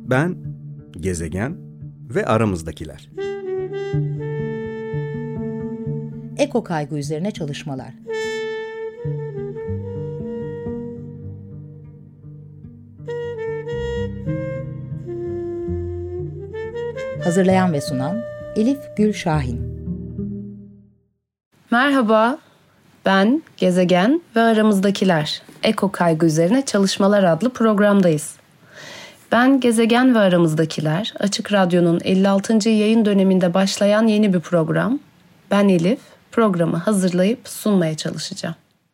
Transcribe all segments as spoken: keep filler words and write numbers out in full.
Ben, gezegen ve aramızdakiler. Eko kaygı üzerine çalışmalar. Hazırlayan ve sunan Elif Gül Şahin. Merhaba, ben Gezegen ve Aramızdakiler. Eko kaygı üzerine çalışmalar adlı programdayız. Ben Gezegen ve Aramızdakiler, Açık Radyo'nun elli altıncı yayın döneminde başlayan yeni bir program. Ben Elif, programı hazırlayıp sunmaya çalışacağım.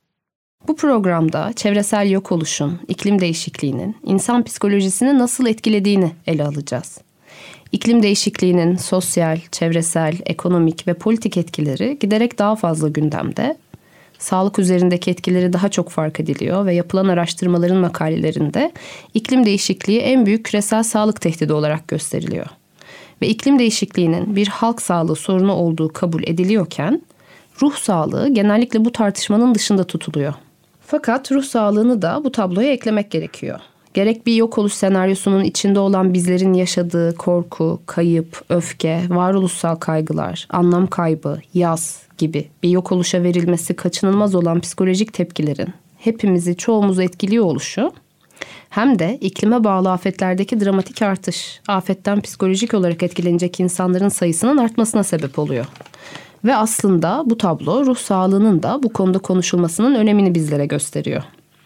Bu programda çevresel yok oluşun, iklim değişikliğinin insan psikolojisini nasıl etkilediğini ele alacağız. İklim değişikliğinin sosyal, çevresel, ekonomik ve politik etkileri giderek daha fazla gündemde. Sağlık üzerindeki etkileri daha çok fark ediliyor ve yapılan araştırmaların makalelerinde iklim değişikliği en büyük küresel sağlık tehdidi olarak gösteriliyor. Ve iklim değişikliğinin bir halk sağlığı sorunu olduğu kabul ediliyorken ruh sağlığı genellikle bu tartışmanın dışında tutuluyor. Fakat ruh sağlığını da bu tabloya eklemek gerekiyor. Gerek bir yok oluş senaryosunun içinde olan bizlerin yaşadığı korku, kayıp, öfke, varoluşsal kaygılar, anlam kaybı, yas gibi bir yok oluşa verilmesi kaçınılmaz olan psikolojik tepkilerin hepimizi, çoğumuzu etkiliyor oluşu, hem de iklime bağlı afetlerdeki dramatik artış, afetten psikolojik olarak etkilenecek insanların sayısının artmasına sebep oluyor. Ve aslında bu tablo ruh sağlığının da bu konuda konuşulmasının önemini bizlere gösteriyor.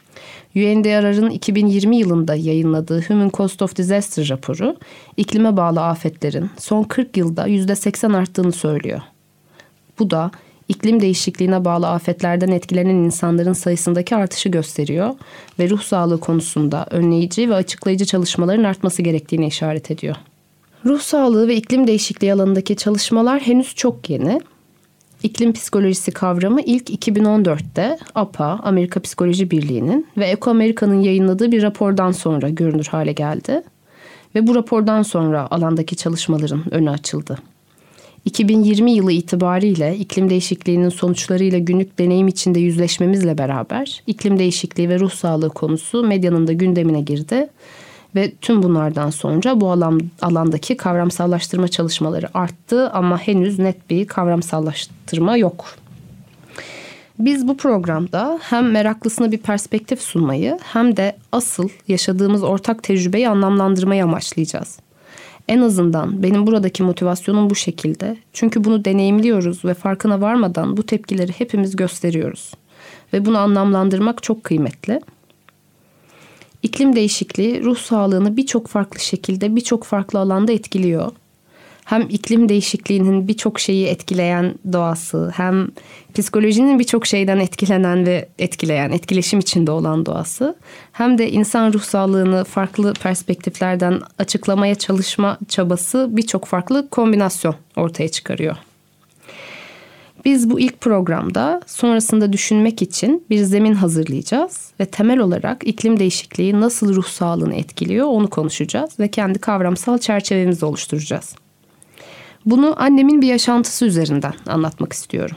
U N D R R'ın iki bin yirmi yılında yayınladığı Human Cost of Disaster raporu, iklime bağlı afetlerin son kırk yılda yüzde seksen arttığını söylüyor. Bu da iklim değişikliğine bağlı afetlerden etkilenen insanların sayısındaki artışı gösteriyor ve ruh sağlığı konusunda önleyici ve açıklayıcı çalışmaların artması gerektiğine işaret ediyor. Ruh sağlığı ve iklim değişikliği alanındaki çalışmalar henüz çok yeni. İklim psikolojisi kavramı ilk iki bin on dörtte A P A, Amerika Psikoloji Birliği'nin ve Eko Amerika'nın yayınladığı bir rapordan sonra görünür hale geldi. Ve bu rapordan sonra alandaki çalışmaların önü açıldı. iki bin yirmi yılı itibariyle iklim değişikliğinin sonuçlarıyla günlük deneyim içinde yüzleşmemizle beraber iklim değişikliği ve ruh sağlığı konusu medyanın da gündemine girdi. Ve tüm bunlardan sonra bu alan, alandaki kavramsallaştırma çalışmaları arttı ama henüz net bir kavramsallaştırma yok. Biz bu programda hem meraklısına bir perspektif sunmayı hem de asıl yaşadığımız ortak tecrübeyi anlamlandırmayı amaçlayacağız. En azından benim buradaki motivasyonum bu şekilde. Çünkü bunu deneyimliyoruz ve farkına varmadan bu tepkileri hepimiz gösteriyoruz. Ve bunu anlamlandırmak çok kıymetli. İklim değişikliği ruh sağlığını birçok farklı şekilde birçok farklı alanda etkiliyor. Hem iklim değişikliğinin birçok şeyi etkileyen doğası, hem psikolojinin birçok şeyden etkilenen ve etkileyen, etkileşim içinde olan doğası, hem de insan ruh sağlığını farklı perspektiflerden açıklamaya çalışma çabası birçok farklı kombinasyon ortaya çıkarıyor. Biz bu ilk programda sonrasında düşünmek için bir zemin hazırlayacağız ve temel olarak iklim değişikliği nasıl ruh sağlığını etkiliyor onu konuşacağız ve kendi kavramsal çerçevemizi oluşturacağız. Bunu annemin bir yaşantısı üzerinden anlatmak istiyorum.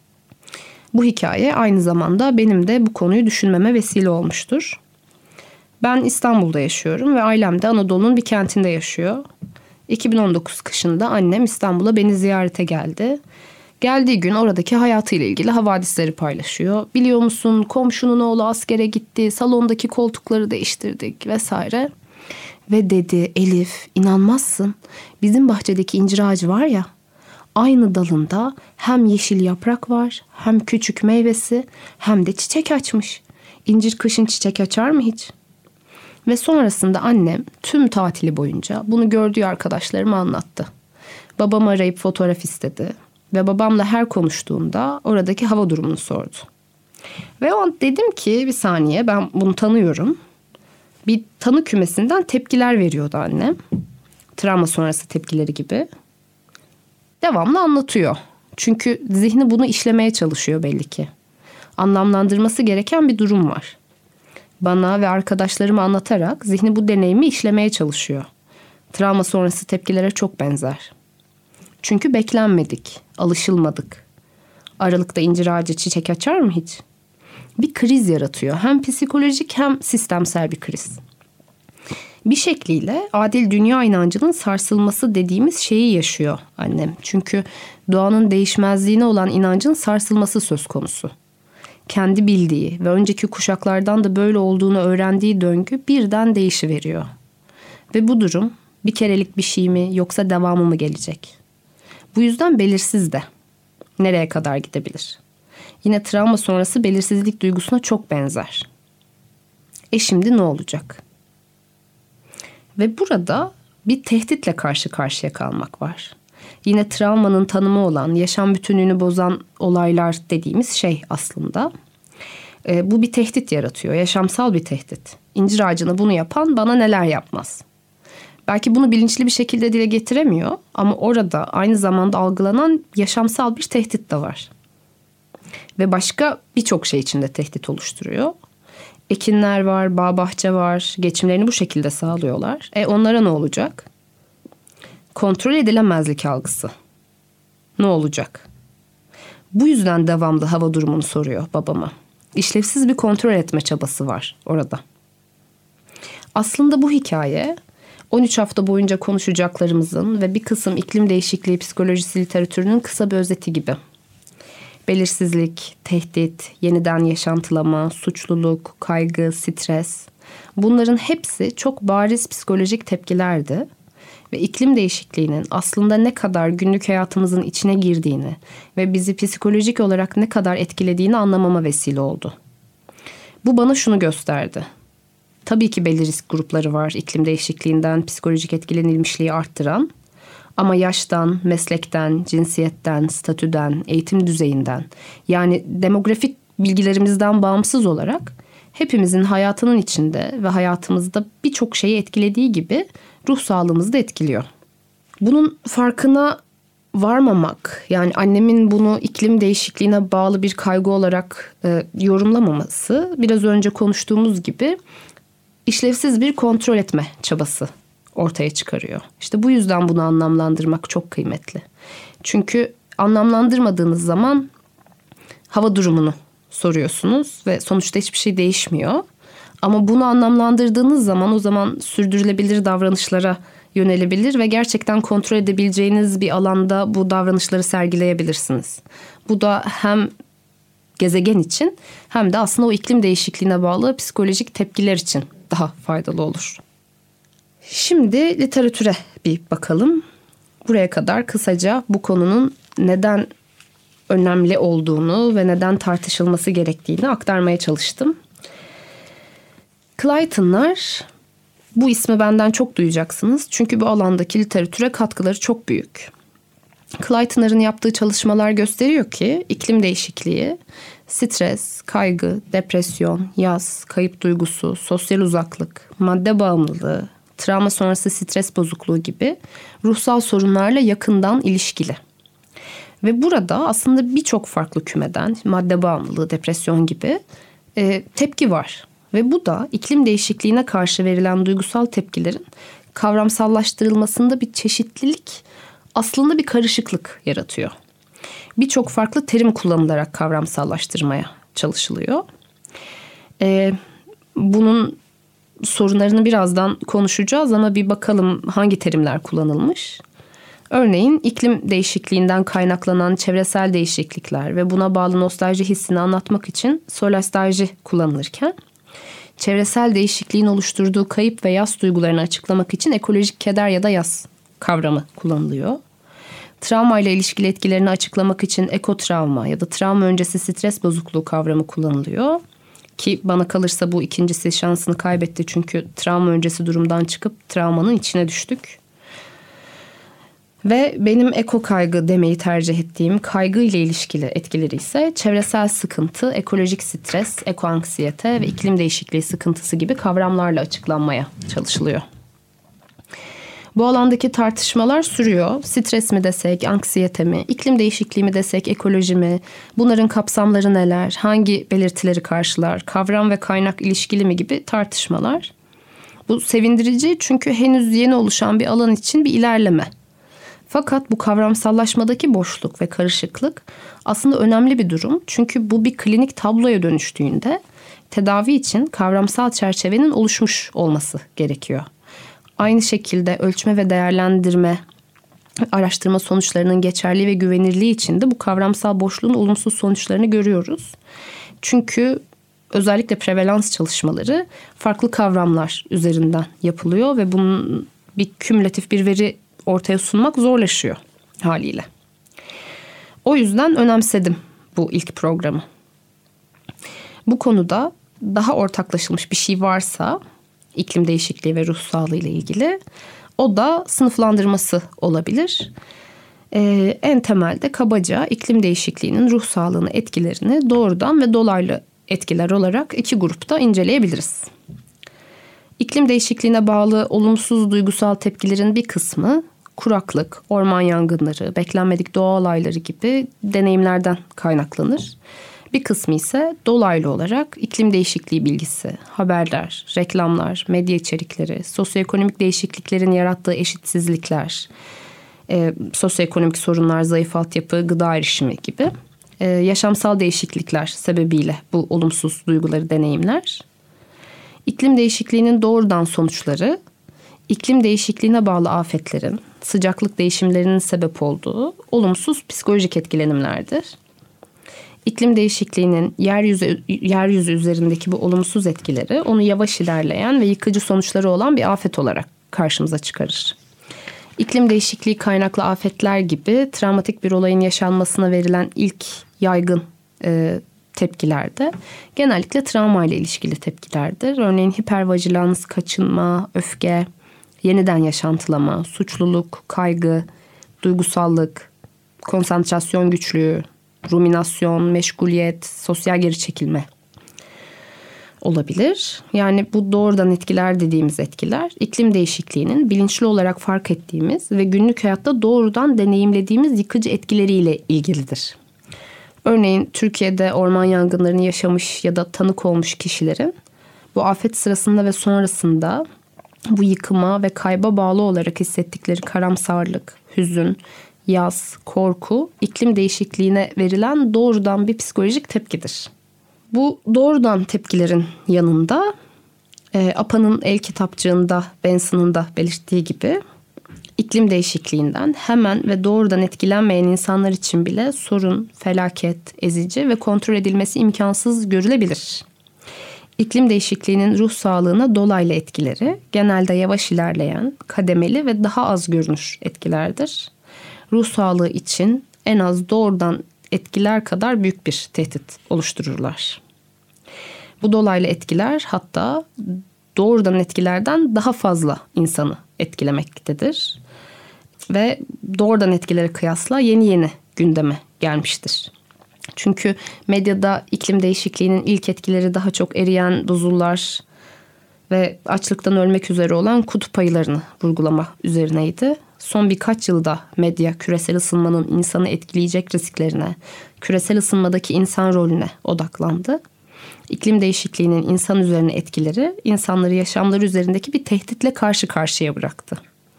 Bu hikaye aynı zamanda benim de bu konuyu düşünmeme vesile olmuştur. Ben İstanbul'da yaşıyorum ve ailem de Anadolu'nun bir kentinde yaşıyor. iki bin on dokuz kışında annem İstanbul'a beni ziyarete geldi. Geldiği gün oradaki hayatıyla ilgili havadisleri paylaşıyor. Biliyor musun, komşunun oğlu askere gitti, salondaki koltukları değiştirdik vesaire. Ve dedi, Elif, inanmazsın, bizim bahçedeki incir ağacı var ya, aynı dalında hem yeşil yaprak var, hem küçük meyvesi, hem de çiçek açmış. İncir kışın çiçek açar mı hiç? Ve sonrasında annem tüm tatili boyunca bunu gördüğü arkadaşlarıma anlattı. Babam arayıp fotoğraf istedi. Ve babamla her konuştuğunda oradaki hava durumunu sordu. Ve o dedim ki bir saniye, ben bunu tanıyorum. Bir tanı kümesinden tepkiler veriyordu annem. Travma sonrası tepkileri gibi. Devamlı anlatıyor. Çünkü zihni bunu işlemeye çalışıyor belli ki. Anlamlandırması gereken bir durum var. Bana ve arkadaşlarıma anlatarak zihni bu deneyimi işlemeye çalışıyor. Travma sonrası tepkilere çok benzer. Çünkü beklenmedik, alışılmadık. Aralıkta incir ağacı çiçek açar mı hiç? Bir kriz yaratıyor. Hem psikolojik hem sistemsel bir kriz. Bir şekliyle adil dünya inancının sarsılması dediğimiz şeyi yaşıyor annem. Çünkü doğanın değişmezliğine olan inancın sarsılması söz konusu. Kendi bildiği ve önceki kuşaklardan da böyle olduğunu öğrendiği döngü birden değişiveriyor. Ve bu durum bir kerelik bir şey mi yoksa devamı mı gelecek? Bu yüzden belirsiz de. Nereye kadar gidebilir? Yine travma sonrası belirsizlik duygusuna çok benzer. E şimdi ne olacak? Ve burada bir tehditle karşı karşıya kalmak var. Yine travmanın tanımı olan, yaşam bütünlüğünü bozan olaylar dediğimiz şey aslında. E, bu bir tehdit yaratıyor, yaşamsal bir tehdit. İncir ağacına bunu yapan bana neler yapmaz? Belki bunu bilinçli bir şekilde dile getiremiyor ama orada aynı zamanda algılanan yaşamsal bir tehdit de var. Ve başka birçok şey içinde tehdit oluşturuyor. Ekinler var, bağ bahçe var, geçimlerini bu şekilde sağlıyorlar. E onlara ne olacak? Kontrol edilemezlik algısı. Ne olacak? Bu yüzden devamlı hava durumunu soruyor babama. İşlevsiz bir kontrol etme çabası var orada. Aslında bu hikaye on üç hafta boyunca konuşacaklarımızın ve bir kısım iklim değişikliği psikolojisi literatürünün kısa bir özeti gibi. Belirsizlik, tehdit, yeniden yaşantılama, suçluluk, kaygı, stres. Bunların hepsi çok bariz psikolojik tepkilerdi. Ve iklim değişikliğinin aslında ne kadar günlük hayatımızın içine girdiğini ve bizi psikolojik olarak ne kadar etkilediğini anlamama vesile oldu. Bu bana şunu gösterdi. Tabii ki belli risk grupları var iklim değişikliğinden psikolojik etkilenilmişliği arttıran. Ama yaştan, meslekten, cinsiyetten, statüden, eğitim düzeyinden yani demografik bilgilerimizden bağımsız olarak hepimizin hayatının içinde ve hayatımızda birçok şeyi etkilediği gibi ruh sağlığımızı da etkiliyor. Bunun farkına varmamak, yani annemin bunu iklim değişikliğine bağlı bir kaygı olarak e, yorumlamaması biraz önce konuştuğumuz gibi işlevsiz bir kontrol etme çabası ortaya çıkarıyor. İşte bu yüzden bunu anlamlandırmak çok kıymetli. Çünkü anlamlandırmadığınız zaman hava durumunu soruyorsunuz ve sonuçta hiçbir şey değişmiyor. Ama bunu anlamlandırdığınız zaman o zaman sürdürülebilir davranışlara yönelebilir ve gerçekten kontrol edebileceğiniz bir alanda bu davranışları sergileyebilirsiniz. Bu da hem gezegen için hem de aslında o iklim değişikliğine bağlı psikolojik tepkiler için daha faydalı olur. Şimdi literatüre bir bakalım. Buraya kadar kısaca bu konunun neden önemli olduğunu ve neden tartışılması gerektiğini aktarmaya çalıştım. Clayton'lar, bu ismi benden çok duyacaksınız. Çünkü bu alandaki literatüre katkıları çok büyük. Clayton'ların yaptığı çalışmalar gösteriyor ki iklim değişikliği, stres, kaygı, depresyon, yas, kayıp duygusu, sosyal uzaklık, madde bağımlılığı, travma sonrası stres bozukluğu gibi ruhsal sorunlarla yakından ilişkili. Ve burada aslında birçok farklı kümeden madde bağımlılığı, depresyon gibi e, tepki var. Ve bu da iklim değişikliğine karşı verilen duygusal tepkilerin kavramsallaştırılmasında bir çeşitlilik, aslında bir karışıklık yaratıyor. Birçok farklı terim kullanılarak kavramsallaştırmaya çalışılıyor. Ee, bunun sorunlarını birazdan konuşacağız ama bir bakalım hangi terimler kullanılmış. Örneğin iklim değişikliğinden kaynaklanan çevresel değişiklikler ve buna bağlı nostalji hissini anlatmak için solastalji kullanılırken, çevresel değişikliğin oluşturduğu kayıp ve yas duygularını açıklamak için ekolojik keder ya da yas kavramı kullanılıyor. Travma ile ilişkili etkilerini açıklamak için ekotravma ya da travma öncesi stres bozukluğu kavramı kullanılıyor. Ki bana kalırsa bu ikincisi şansını kaybetti çünkü travma öncesi durumdan çıkıp travmanın içine düştük. Ve benim eko kaygı demeyi tercih ettiğim kaygı ile ilişkili etkileri ise çevresel sıkıntı, ekolojik stres, ekoanksiyete ve iklim değişikliği sıkıntısı gibi kavramlarla açıklanmaya çalışılıyor. Bu alandaki tartışmalar sürüyor. Stres mi desek, anksiyete mi, iklim değişikliği mi desek, ekoloji mi? Bunların kapsamları neler, hangi belirtileri karşılar, kavram ve kaynak ilişkili mi gibi tartışmalar. Bu sevindirici çünkü henüz yeni oluşan bir alan için bir ilerleme. Fakat bu kavramsallaşmadaki boşluk ve karışıklık aslında önemli bir durum. Çünkü bu bir klinik tabloya dönüştüğünde tedavi için kavramsal çerçevenin oluşmuş olması gerekiyor. aynı şekilde ölçme ve değerlendirme araştırma sonuçlarının geçerliği ve güvenirliği için de bu kavramsal boşluğun olumsuz sonuçlarını görüyoruz. Çünkü özellikle prevalans çalışmaları farklı kavramlar üzerinden yapılıyor ve bunun bir kümülatif bir veri ortaya sunmak zorlaşıyor haliyle. O yüzden önemsedim bu ilk programı. Bu konuda daha ortaklaşılmış bir şey varsa iklim değişikliği ve ruh sağlığı ile ilgili, o da sınıflandırması olabilir. Ee, en temelde kabaca iklim değişikliğinin ruh sağlığına etkilerini doğrudan ve dolaylı etkiler olarak iki grupta inceleyebiliriz. İklim değişikliğine bağlı olumsuz duygusal tepkilerin bir kısmı kuraklık, orman yangınları, beklenmedik doğa olayları gibi deneyimlerden kaynaklanır. Bir kısmı ise dolaylı olarak iklim değişikliği bilgisi, haberler, reklamlar, medya içerikleri, sosyoekonomik değişikliklerin yarattığı eşitsizlikler, e, sosyoekonomik sorunlar, zayıf altyapı, gıda erişimi gibi e, yaşamsal değişiklikler sebebiyle bu olumsuz duyguları deneyimler. İklim değişikliğinin doğrudan sonuçları, iklim değişikliğine bağlı afetlerin, sıcaklık değişimlerinin sebep olduğu olumsuz psikolojik etkilenimlerdir. İklim değişikliğinin yeryüzü, yeryüzü üzerindeki bu olumsuz etkileri onu yavaş ilerleyen ve yıkıcı sonuçları olan bir afet olarak karşımıza çıkarır. İklim değişikliği kaynaklı afetler gibi travmatik bir olayın yaşanmasına verilen ilk yaygın e, tepkilerde genellikle travma ile ilişkili tepkilerdir. Örneğin hipervajilans, kaçınma, öfke, yeniden yaşantılama, suçluluk, kaygı, duygusallık, konsantrasyon güçlüğü, ruminasyon, meşguliyet, sosyal geri çekilme olabilir. Yani bu doğrudan etkiler dediğimiz etkiler iklim değişikliğinin bilinçli olarak fark ettiğimiz ve günlük hayatta doğrudan deneyimlediğimiz yıkıcı etkileriyle ilgilidir. Örneğin Türkiye'de orman yangınlarını yaşamış ya da tanık olmuş kişilerin bu afet sırasında ve sonrasında bu yıkıma ve kayba bağlı olarak hissettikleri karamsarlık, hüzün, yas, korku, iklim değişikliğine verilen doğrudan bir psikolojik tepkidir. Bu doğrudan tepkilerin yanında e, Apa'nın El Kitapçığında Benson'un da belirttiği gibi iklim değişikliğinden hemen ve doğrudan etkilenmeyen insanlar için bile sorun, felaket, ezici ve kontrol edilmesi imkansız görülebilir. İklim değişikliğinin ruh sağlığına dolaylı etkileri genelde yavaş ilerleyen, kademeli ve daha az görünür etkilerdir. Ruh sağlığı için en az doğrudan etkiler kadar büyük bir tehdit oluştururlar. Bu dolaylı etkiler hatta doğrudan etkilerden daha fazla insanı etkilemektedir. Ve doğrudan etkilere kıyasla yeni yeni gündeme gelmiştir. Çünkü medyada iklim değişikliğinin ilk etkileri daha çok eriyen buzullar ve açlıktan ölmek üzere olan kutup ayılarını vurgulama üzerineydi. Son birkaç yılda medya küresel ısınmanın insanı etkileyecek risklerine, küresel ısınmadaki insan rolüne odaklandı. İklim değişikliğinin insan üzerine etkileri insanları yaşamları üzerindeki bir tehditle karşı karşıya bıraktı.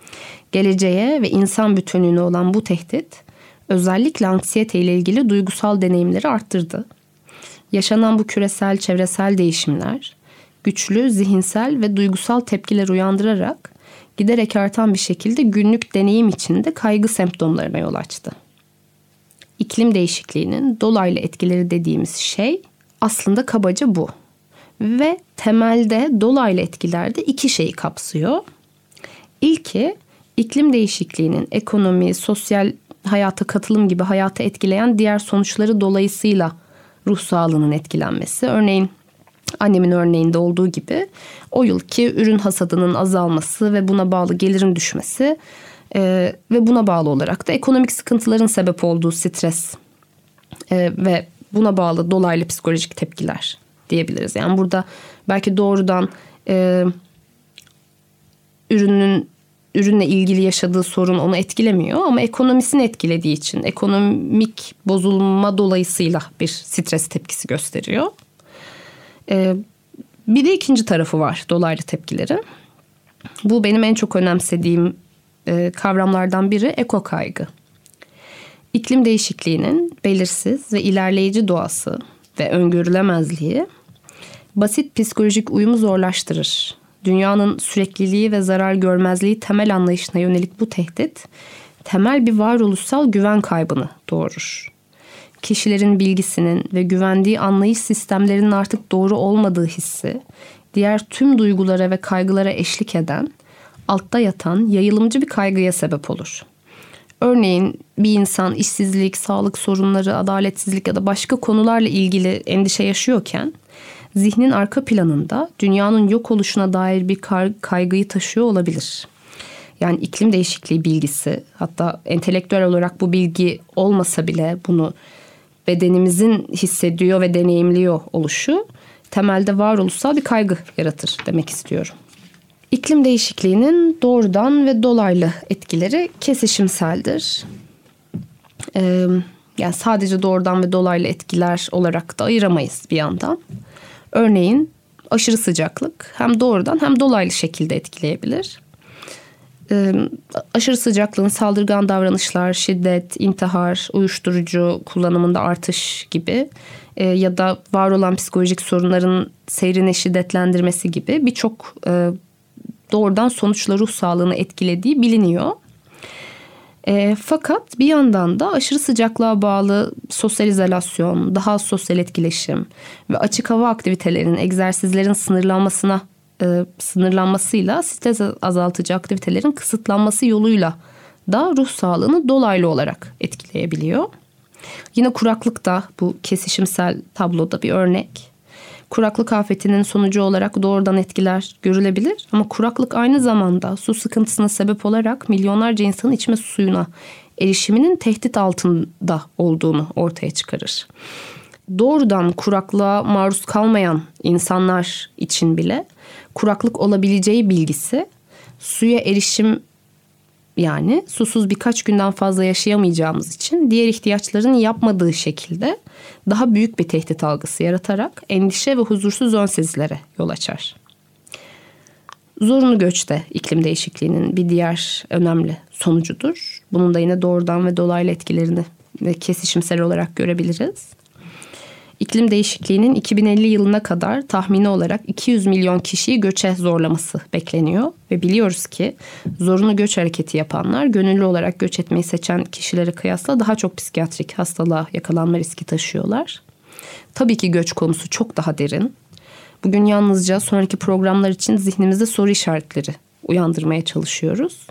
Geleceğe ve insan bütünlüğüne olan bu tehdit özellikle anksiyete ile ilgili duygusal deneyimleri arttırdı. Yaşanan bu küresel çevresel değişimler güçlü zihinsel ve duygusal tepkiler uyandırarak giderek artan bir şekilde günlük deneyim içinde kaygı semptomlarına yol açtı. İklim değişikliğinin dolaylı etkileri dediğimiz şey aslında kabaca bu. Ve temelde dolaylı etkilerde iki şeyi kapsıyor. İlki iklim değişikliğinin ekonomi, sosyal hayata katılım gibi hayata etkileyen diğer sonuçları dolayısıyla ruh sağlığının etkilenmesi. Örneğin annemin örneğinde olduğu gibi o yılki ürün hasadının azalması ve buna bağlı gelirin düşmesi e, ve buna bağlı olarak da ekonomik sıkıntıların sebep olduğu stres e, ve buna bağlı dolaylı psikolojik tepkiler diyebiliriz. Yani burada belki doğrudan e, ürünün ürünle ilgili yaşadığı sorun onu etkilemiyor ama ekonomisini etkilediği için ekonomik bozulma dolayısıyla bir stres tepkisi gösteriyor. Ee, bir de ikinci tarafı var dolaylı tepkilerin. Bu benim en çok önemsediğim e, kavramlardan biri eko kaygı. İklim değişikliğinin belirsiz ve ilerleyici doğası ve öngörülemezliği basit psikolojik uyumu zorlaştırır dünyanın sürekliliği ve zarar görmezliği temel anlayışına yönelik bu tehdit, temel bir varoluşsal güven kaybını doğurur. Kişilerin bilgisinin ve güvendiği anlayış sistemlerinin artık doğru olmadığı hissi, diğer tüm duygulara ve kaygılara eşlik eden, altta yatan yayılımcı bir kaygıya sebep olur. Örneğin bir insan işsizlik, sağlık sorunları, adaletsizlik ya da başka konularla ilgili endişe yaşıyorken, zihnin arka planında dünyanın yok oluşuna dair bir kaygıyı taşıyor olabilir. Yani iklim değişikliği bilgisi, hatta entelektüel olarak bu bilgi olmasa bile bunu bedenimizin hissediyor ve deneyimliyor oluşu temelde varoluşsal bir kaygı yaratır demek istiyorum. İklim değişikliğinin doğrudan ve dolaylı etkileri kesişimseldir. Ee, yani sadece doğrudan ve dolaylı etkiler olarak da ayıramayız bir yandan. Örneğin aşırı sıcaklık hem doğrudan hem dolaylı şekilde etkileyebilir. Ee, aşırı sıcaklığın saldırgan davranışlar, şiddet, intihar, uyuşturucu kullanımında artış gibi e, ya da var olan psikolojik sorunların seyrini şiddetlendirmesi gibi birçok e, doğrudan sonuçla ruh sağlığını etkilediği biliniyor. E, fakat bir yandan da aşırı sıcaklığa bağlı sosyal izolasyon, daha az sosyal etkileşim ve açık hava aktivitelerinin, egzersizlerin sınırlanmasına e, sınırlanmasıyla stres azaltıcı aktivitelerin kısıtlanması yoluyla da ruh sağlığını dolaylı olarak etkileyebiliyor. Yine kuraklık da bu kesişimsel tabloda bir örnek. Kuraklık afetinin sonucu olarak doğrudan etkiler görülebilir ama kuraklık aynı zamanda su sıkıntısına sebep olarak milyonlarca insanın içme suyuna erişiminin tehdit altında olduğunu ortaya çıkarır. Doğrudan kuraklığa maruz kalmayan insanlar için bile kuraklık olabileceği bilgisi suya erişim, yani susuz birkaç günden fazla yaşayamayacağımız için diğer ihtiyaçların yapmadığı şekilde daha büyük bir tehdit algısı yaratarak endişe ve huzursuz ön sezilere yol açar. Zorunlu göç de iklim değişikliğinin bir diğer önemli sonucudur. Bunun da yine doğrudan ve dolaylı etkilerini ve kesişimsel olarak görebiliriz. İklim değişikliğinin iki bin elli yılına kadar tahmini olarak iki yüz milyon kişiyi göçe zorlaması bekleniyor. Ve biliyoruz ki zorunlu göç hareketi yapanlar gönüllü olarak göç etmeyi seçen kişilere kıyasla daha çok psikiyatrik hastalığa yakalanma riski taşıyorlar. Tabii ki göç konusu çok daha derin. Bugün yalnızca sonraki programlar için zihnimizde soru işaretleri uyandırmaya çalışıyoruz.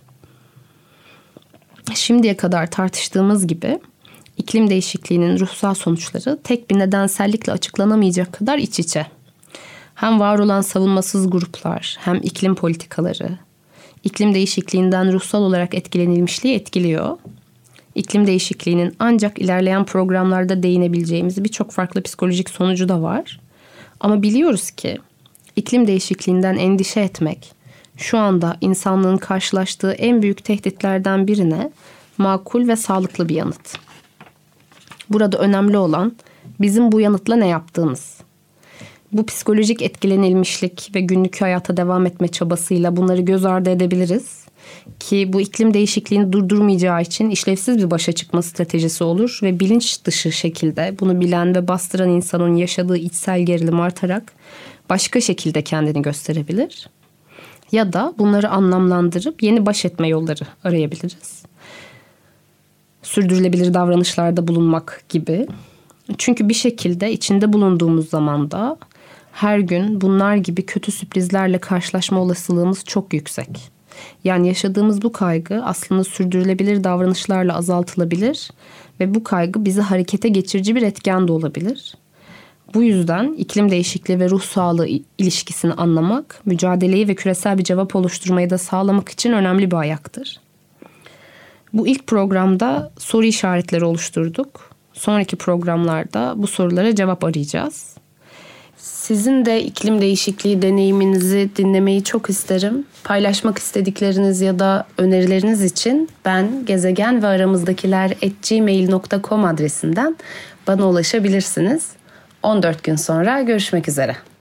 Şimdiye kadar tartıştığımız gibi İklim değişikliğinin ruhsal sonuçları tek bir nedensellikle açıklanamayacak kadar iç içe. Hem var olan savunmasız gruplar, hem iklim politikaları, iklim değişikliğinden ruhsal olarak etkilenilmişliği etkiliyor. İklim değişikliğinin ancak ilerleyen programlarda değinebileceğimiz birçok farklı psikolojik sonucu da var. Ama biliyoruz ki iklim değişikliğinden endişe etmek, şu anda insanlığın karşılaştığı en büyük tehditlerden birine makul ve sağlıklı bir yanıt. Burada önemli olan bizim bu yanıtla ne yaptığımız. Bu psikolojik etkilenilmişlik ve günlük hayata devam etme çabasıyla bunları göz ardı edebiliriz. Ki bu iklim değişikliğini durdurmayacağı için işlevsiz bir başa çıkma stratejisi olur ve bilinç dışı şekilde bunu bilen ve bastıran insanın yaşadığı içsel gerilim artarak başka şekilde kendini gösterebilir. Ya da bunları anlamlandırıp yeni baş etme yolları arayabiliriz. Sürdürülebilir davranışlarda bulunmak gibi. Çünkü bir şekilde içinde bulunduğumuz zamanda her gün bunlar gibi kötü sürprizlerle karşılaşma olasılığımız çok yüksek. Yani yaşadığımız bu kaygı aslında sürdürülebilir davranışlarla azaltılabilir ve bu kaygı bizi harekete geçirici bir etken de olabilir. Bu yüzden iklim değişikliği ve ruh sağlığı ilişkisini anlamak, mücadeleyi ve küresel bir cevap oluşturmayı da sağlamak için önemli bir ayaktır. Bu ilk programda soru işaretleri oluşturduk. Sonraki programlarda bu sorulara cevap arayacağız. Sizin de iklim değişikliği deneyiminizi dinlemeyi çok isterim. Paylaşmak istedikleriniz ya da önerileriniz için ben gezegen ve aramızdakiler at gmail nokta com adresinden bana ulaşabilirsiniz. on dört gün sonra görüşmek üzere.